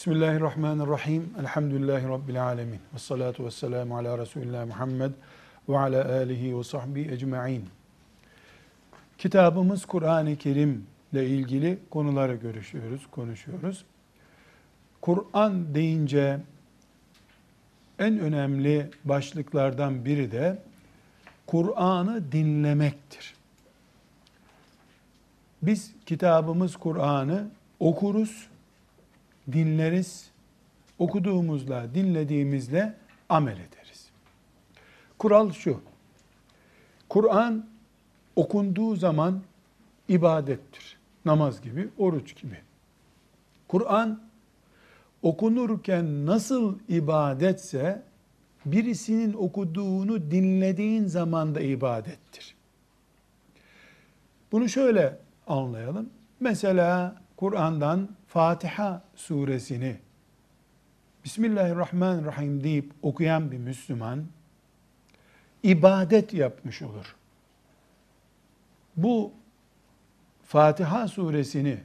Bismillahirrahmanirrahim. Elhamdülillahi Rabbil alemin. Vessalatu vesselamu ala Resulillah Muhammed ve ala alihi ve sahbihi ecma'in. Kitabımız Kur'an-ı Kerim ile ilgili konuları konuşuyoruz. Kur'an deyince en önemli başlıklardan biri de Kur'an'ı dinlemektir. Biz kitabımız Kur'an'ı okuruz, dinleriz, okuduğumuzla, dinlediğimizle amel ederiz. Kural şu: Kur'an okunduğu zaman ibadettir. Namaz gibi, oruç gibi. Kur'an okunurken nasıl ibadetse, birisinin okuduğunu dinlediğin zaman da ibadettir. Bunu şöyle anlayalım. Mesela Kur'an'dan Fatiha suresini Bismillahirrahmanirrahim deyip okuyan bir Müslüman ibadet yapmış olur. Bu Fatiha suresini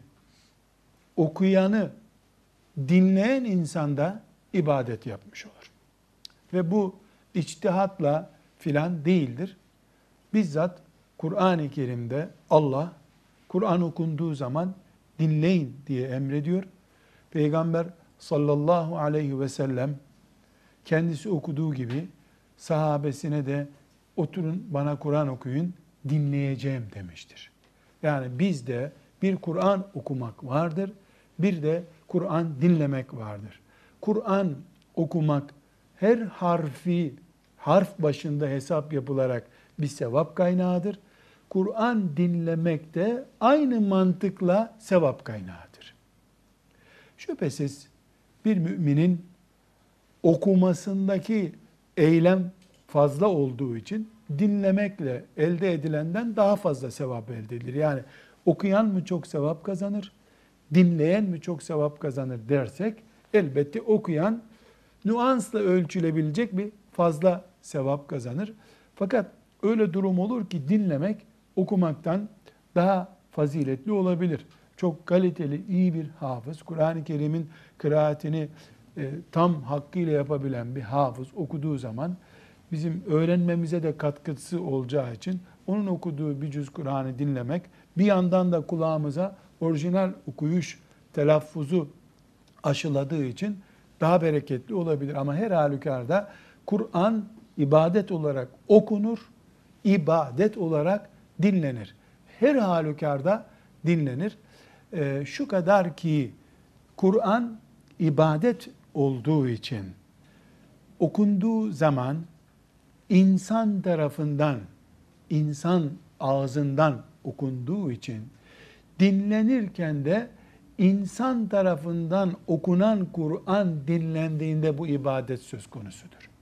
okuyanı dinleyen insan da ibadet yapmış olur. Ve bu içtihatla filan değildir. Bizzat Kur'an-ı Kerim'de Allah Kur'an okunduğu zaman dinleyin diye emrediyor. Peygamber sallallahu aleyhi ve sellem kendisi okuduğu gibi sahabesine de oturun bana Kur'an okuyun, dinleyeceğim demiştir. Yani bizde bir Kur'an okumak vardır, bir de Kur'an dinlemek vardır. Kur'an okumak her harf başında hesap yapılarak bir sevap kaynağıdır. Kur'an dinlemek de aynı mantıkla sevap kaynağıdır. Şüphesiz bir müminin okumasındaki eylem fazla olduğu için dinlemekle elde edilenden daha fazla sevap elde edilir. Yani okuyan mı çok sevap kazanır, dinleyen mi çok sevap kazanır dersek, elbette okuyan nüansla ölçülebilecek bir fazla sevap kazanır. Fakat öyle durum olur ki dinlemek okumaktan daha faziletli olabilir. Çok kaliteli, iyi bir hafız, Kur'an-ı Kerim'in kıraatini tam hakkıyla yapabilen bir hafız okuduğu zaman bizim öğrenmemize de katkısı olacağı için onun okuduğu bir cüz Kur'an'ı dinlemek, bir yandan da kulağımıza orijinal okuyuş, telaffuzu aşıladığı için daha bereketli olabilir. Ama her halükarda Kur'an ibadet olarak okunur, ibadet olarak dinlenir. Her halükarda dinlenir. Şu kadar ki Kur'an ibadet olduğu için okunduğu zaman insan tarafından, insan ağzından okunduğu için dinlenirken de insan tarafından okunan Kur'an dinlendiğinde bu ibadet söz konusudur.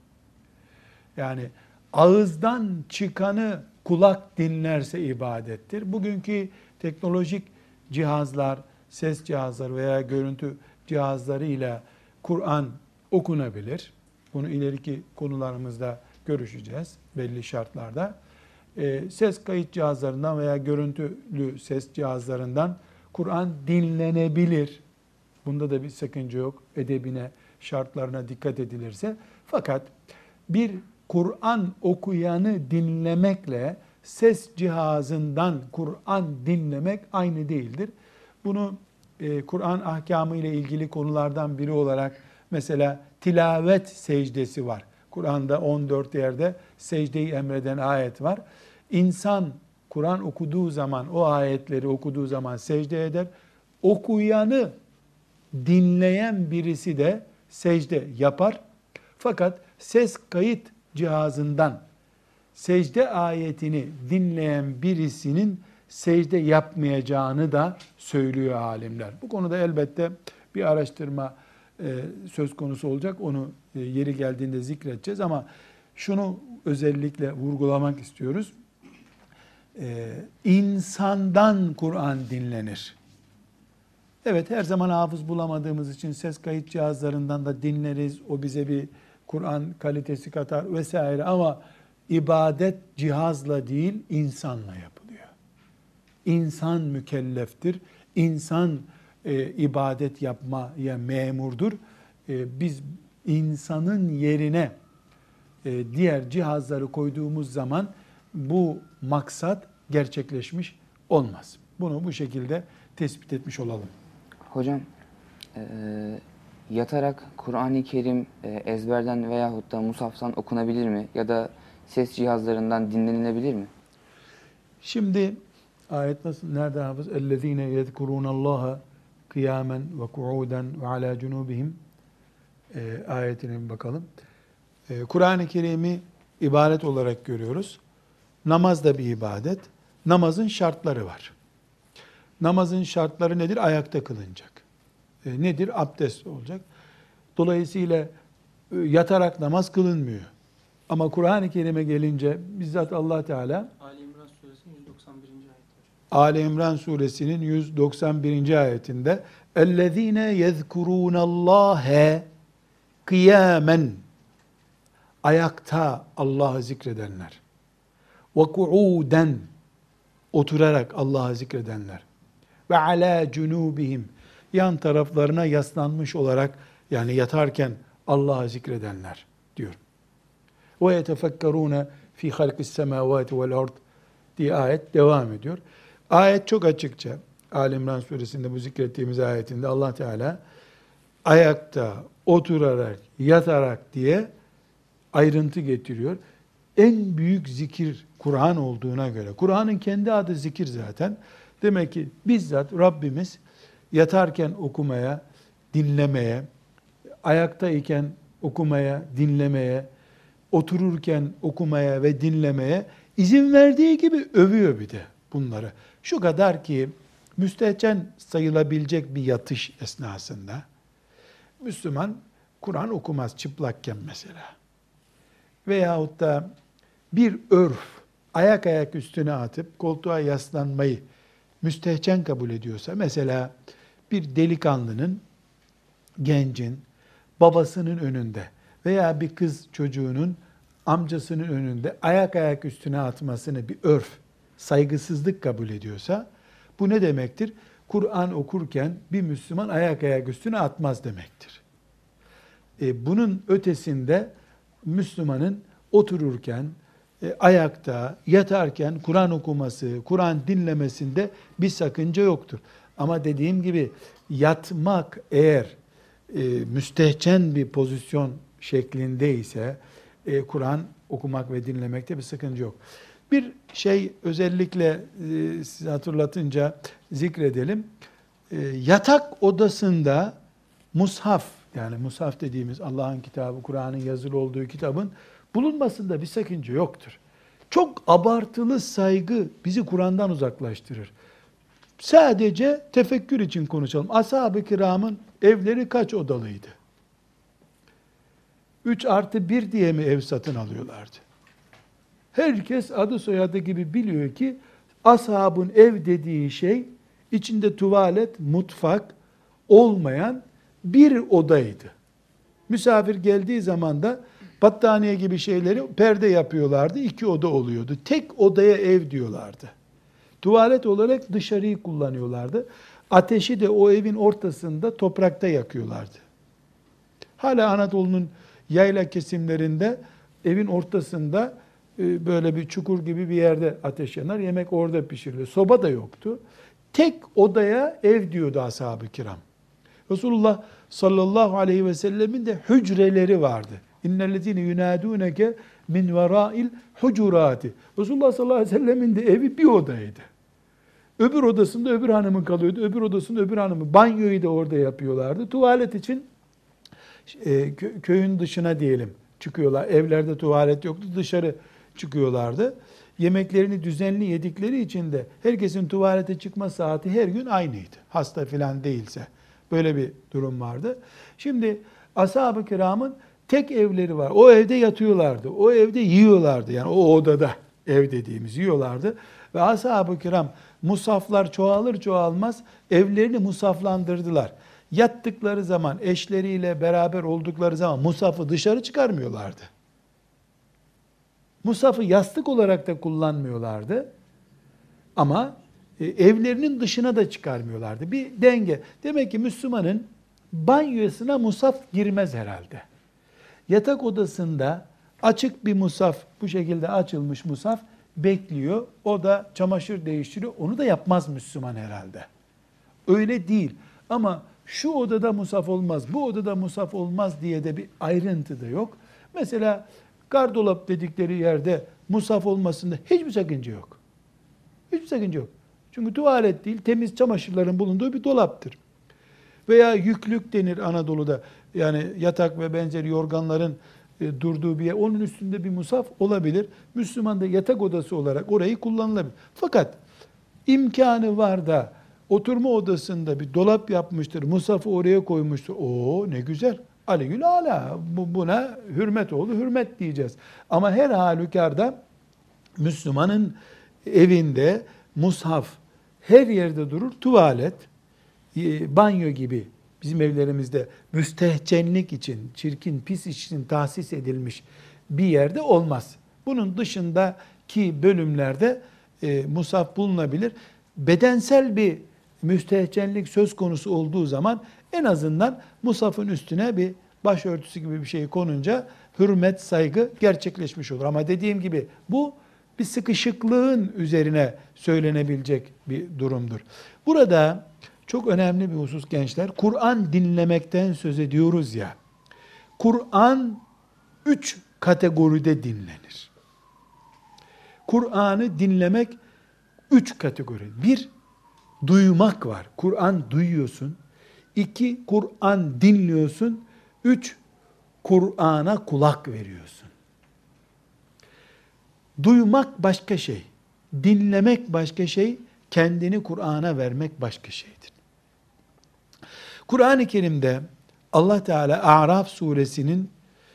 Yani ağızdan çıkanı kulak dinlerse ibadettir. Bugünkü teknolojik cihazlar, ses cihazları veya görüntü cihazlarıyla Kur'an okunabilir. Bunu ileriki konularımızda görüşeceğiz belli şartlarda. Ses kayıt cihazlarından veya görüntülü ses cihazlarından Kur'an dinlenebilir. Bunda da bir sakınca yok. Edebine, şartlarına dikkat edilirse. Fakat bir Kur'an okuyanı dinlemekle ses cihazından Kur'an dinlemek aynı değildir. Bunu Kur'an ahkamı ile ilgili konulardan biri olarak mesela tilavet secdesi var. Kur'an'da 14 yerde secdeyi emreden ayet var. İnsan Kur'an okuduğu zaman, o ayetleri okuduğu zaman secde eder. Okuyanı dinleyen birisi de secde yapar. Fakat ses kayıt cihazından secde ayetini dinleyen birisinin secde yapmayacağını da söylüyor alimler. Bu konuda elbette bir araştırma söz konusu olacak. Onu yeri geldiğinde zikredeceğiz ama şunu özellikle vurgulamak istiyoruz. İnsandan Kur'an dinlenir. Evet, her zaman hafız bulamadığımız için ses kayıt cihazlarından da dinleriz. O bize bir Kur'an kalitesi katar vesaire ama ibadet cihazla değil, insanla yapılıyor. İnsan mükelleftir. İnsan ibadet yapmaya memurdur. Biz insanın yerine diğer cihazları koyduğumuz zaman bu maksat gerçekleşmiş olmaz. Bunu bu şekilde tespit etmiş olalım. Hocam, yatarak Kur'an-ı Kerim ezberden veyahut da musaftan okunabilir mi? Ya da ses cihazlarından dinlenilebilir mi? Şimdi ayet nasıl? Nerede hafız? اَلَّذ۪ينَ يَذْكُرُونَ اللّٰهَ قِيَامًا وَقُعُودًا وَعَلَى جُنُوبِهِمْ ayetine bir bakalım. Kur'an-ı Kerim'i ibadet olarak görüyoruz. Namaz da bir ibadet. Namazın şartları var. Namazın şartları nedir? Ayakta kılınacak. Nedir? Abdest olacak. Dolayısıyla yatarak namaz kılınmıyor. Ama Kur'an-ı Kerim'e gelince bizzat Allah Teala Ali İmran suresinin 191. ayeti. Ali İmran suresinin 191. ayetinde اَلَّذ۪ينَ يَذْكُرُونَ اللّٰهَ kıyamen, ayakta Allah'ı zikredenler, ve ku'uden, oturarak Allah'ı zikredenler, ve ala cunubihim, yan taraflarına yaslanmış olarak, yani yatarken Allah'ı zikredenler diyor. Ve yetefekkerûne fî halqis semâvâti vel ard diye ayet devam ediyor. Ayet çok açıkça, Ali İmran suresinde bu zikrettiğimiz ayetinde Allah Teala ayakta, oturarak, yatarak diye ayrıntı getiriyor. En büyük zikir Kur'an olduğuna göre, Kur'an'ın kendi adı zikir zaten. Demek ki bizzat Rabbimiz yatarken okumaya, dinlemeye, ayaktayken okumaya, dinlemeye, otururken okumaya ve dinlemeye izin verdiği gibi övüyor bir de bunları. Şu kadar ki müstehcen sayılabilecek bir yatış esnasında Müslüman Kur'an okumaz çıplakken mesela. Veyahut da bir örf ayak üstüne atıp koltuğa yaslanmayı müstehcen kabul ediyorsa, mesela bir delikanlının, gencin babasının önünde veya bir kız çocuğunun amcasının önünde ayak üstüne atmasını bir örf, saygısızlık kabul ediyorsa, bu ne demektir? Kur'an okurken bir Müslüman ayak üstüne atmaz demektir. Bunun ötesinde Müslümanın otururken, ayakta, yatarken Kur'an okuması, Kur'an dinlemesinde bir sakınca yoktur. Ama dediğim gibi yatmak eğer müstehcen bir pozisyon şeklindeyse Kur'an okumak ve dinlemekte bir sakınca yok. Bir şey özellikle size hatırlatınca zikredelim. Yatak odasında mushaf, yani mushaf dediğimiz Allah'ın kitabı, Kur'an'ın yazılı olduğu kitabın bulunmasında bir sakınca yoktur. Çok abartılı saygı bizi Kur'an'dan uzaklaştırır. Sadece tefekkür için konuşalım. Ashab-ı kiramın evleri kaç odalıydı? 3+1 diye mi ev satın alıyorlardı? Herkes adı soyadı gibi biliyor ki ashabın ev dediği şey içinde tuvalet, mutfak olmayan bir odaydı. Misafir geldiği zaman da battaniye gibi şeyleri perde yapıyorlardı. 2 oda oluyordu. Tek odaya ev diyorlardı. Tuvalet olarak dışarıyı kullanıyorlardı. Ateşi de o evin ortasında toprakta yakıyorlardı. Hala Anadolu'nun yayla kesimlerinde evin ortasında böyle bir çukur gibi bir yerde ateş yanar. Yemek orada pişirilir. Soba da yoktu. Tek odaya ev diyordu ashab-ı kiram. Resulullah sallallahu aleyhi ve sellemin de hücreleri vardı. İnnellezîne yunâdûneke min verâil hucurâti. Resulullah sallallahu aleyhi ve sellemin de evi bir odaydı. Öbür odasında öbür hanımın kalıyordu. Öbür odasında öbür hanımın. Banyoyu da orada yapıyorlardı. Tuvalet için köyün dışına diyelim çıkıyorlar. Evlerde tuvalet yoktu. Dışarı çıkıyorlardı. Yemeklerini düzenli yedikleri için de herkesin tuvalete çıkma saati her gün aynıydı. Hasta filan değilse. Böyle bir durum vardı. Şimdi ashab-ı kiramın tek evleri var. O evde yatıyorlardı. O evde yiyorlardı. Yani o odada ev dediğimiz yiyorlardı. Ve ashab-ı kiram musaflar çoğalır çoğalmaz evlerini musaflandırdılar. Yattıkları zaman, eşleriyle beraber oldukları zaman musafı dışarı çıkarmıyorlardı. Musafı yastık olarak da kullanmıyorlardı. Ama evlerinin dışına da çıkarmıyorlardı. Bir denge. Demek ki Müslümanın banyosuna musaf girmez herhalde. Yatak odasında açık bir musaf, bu şekilde açılmış musaf bekliyor. O da çamaşır değiştiriyor. Onu da yapmaz Müslüman herhalde. Öyle değil. Ama şu odada musaf olmaz, bu odada musaf olmaz diye de bir ayrıntı da yok. Mesela gardırop dedikleri yerde musaf olmasında hiçbir sakınca yok. Hiçbir sakınca yok. Çünkü tuvalet değil, temiz çamaşırların bulunduğu bir dolaptır. Veya yüklük denir Anadolu'da. Yani yatak ve benzeri yorganların durduğu bir yer. Onun üstünde bir musaf olabilir. Müslüman da yatak odası olarak orayı kullanılabilir. Fakat imkanı var da oturma odasında bir dolap yapmıştır, musafı oraya koymuştur. Oo ne güzel. Aligül ala. Buna hürmet oğlu hürmet diyeceğiz. Ama her halükarda Müslümanın evinde mushaf her yerde durur. Tuvalet, banyo gibi bizim evlerimizde müstehcenlik için, çirkin, pis için tahsis edilmiş bir yerde olmaz. Bunun dışındaki bölümlerde mushaf bulunabilir. Bedensel bir müstehcenlik söz konusu olduğu zaman en azından mushafın üstüne bir başörtüsü gibi bir şey konunca hürmet, saygı gerçekleşmiş olur. Ama dediğim gibi bu bir sıkışıklığın üzerine söylenebilecek bir durumdur. Burada çok önemli bir husus gençler. Kur'an dinlemekten söz ediyoruz ya. Kur'an 3 kategoride dinlenir. Kur'an'ı dinlemek 3 kategori. 1, duymak var. Kur'an duyuyorsun. 2, Kur'an dinliyorsun. 3, Kur'an'a kulak veriyorsun. Duymak başka şey. Dinlemek başka şey. Kendini Kur'an'a vermek başka şeydir. Kur'an-ı Kerim'de Allah Teala A'raf suresinin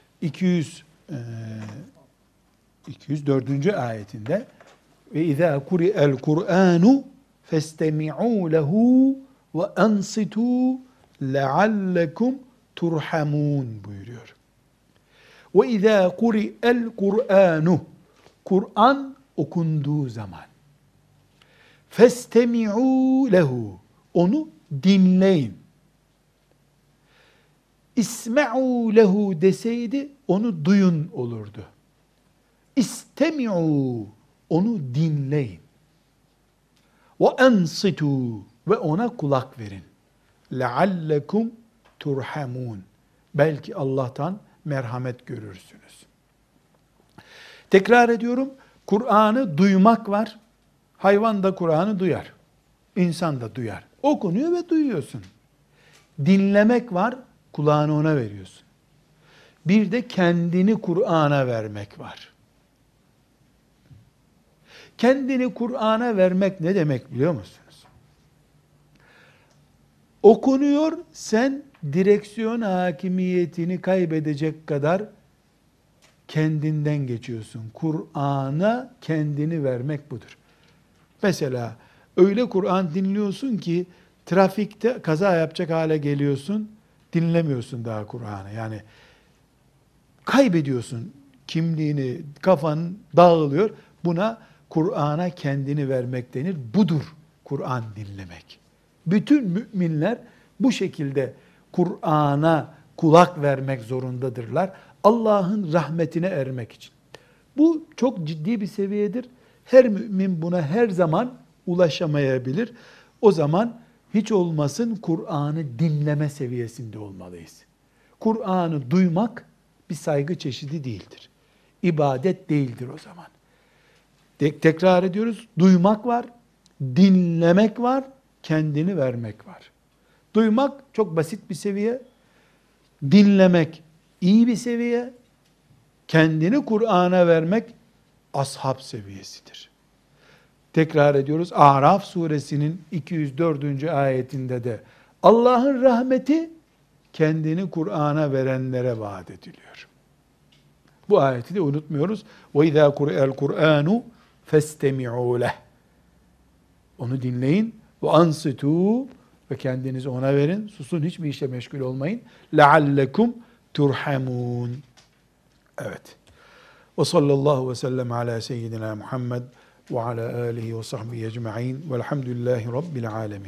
204. ayetinde ve izâ kuri'el Kur'anu festemi'û lehu ve ansitû leallekum turhamun buyuruyor. Ve izâ kuri'el Kur'anu, Kur'an okunduğu zaman festemi'û lehu, onu dinleyin. İsme'û lehu deseydi onu duyun olurdu. İstemi'û, onu dinleyin. Ve ensitû, ve ona kulak verin. Leallekum turhamun. Belki Allah'tan merhamet görürsünüz. Tekrar ediyorum, Kur'an'ı duymak var. Hayvan da Kur'an'ı duyar. İnsan da duyar. Okunuyor ve duyuyorsun. Dinlemek var, kulağını ona veriyorsun. Bir de kendini Kur'an'a vermek var. Kendini Kur'an'a vermek ne demek biliyor musunuz? Okunuyor, sen direksiyon hakimiyetini kaybedecek kadar kendinden geçiyorsun. Kur'an'a kendini vermek budur. Mesela öyle Kur'an dinliyorsun ki trafikte kaza yapacak hale geliyorsun, dinlemiyorsun daha Kur'an'ı. Yani kaybediyorsun kimliğini, kafan dağılıyor. Buna Kur'an'a kendini vermek denir. Budur Kur'an dinlemek. Bütün müminler bu şekilde Kur'an'a kulak vermek zorundadırlar. Allah'ın rahmetine ermek için. Bu çok ciddi bir seviyedir. Her mümin buna her zaman ulaşamayabilir. O zaman hiç olmasın Kur'an'ı dinleme seviyesinde olmalıyız. Kur'an'ı duymak bir saygı çeşidi değildir. İbadet değildir o zaman. Tekrar ediyoruz. Duymak var, dinlemek var, kendini vermek var. Duymak çok basit bir seviye. Dinlemek iyi bir seviye. Kendini Kur'an'a vermek ashab seviyesidir. Tekrar ediyoruz. A'raf suresinin 204. ayetinde de Allah'ın rahmeti kendini Kur'an'a verenlere vaat ediliyor. Bu ayeti de unutmuyoruz. وَاِذَا قُرِئَ الْقُرْآنُ فَاسْتَمِعُوا لَهُ. Onu dinleyin. وَاَنْصِتُوا, ve kendinizi ona verin. Susun, hiçbir işle meşgul olmayın. لَعَلَّكُمْ تُرْحَمُونَ. Evet. Ve sallallahu ve sellem ala seyyidina Muhammed ve ala alihi ve sahbihi ecma'in velhamdülillahi rabbil alemin.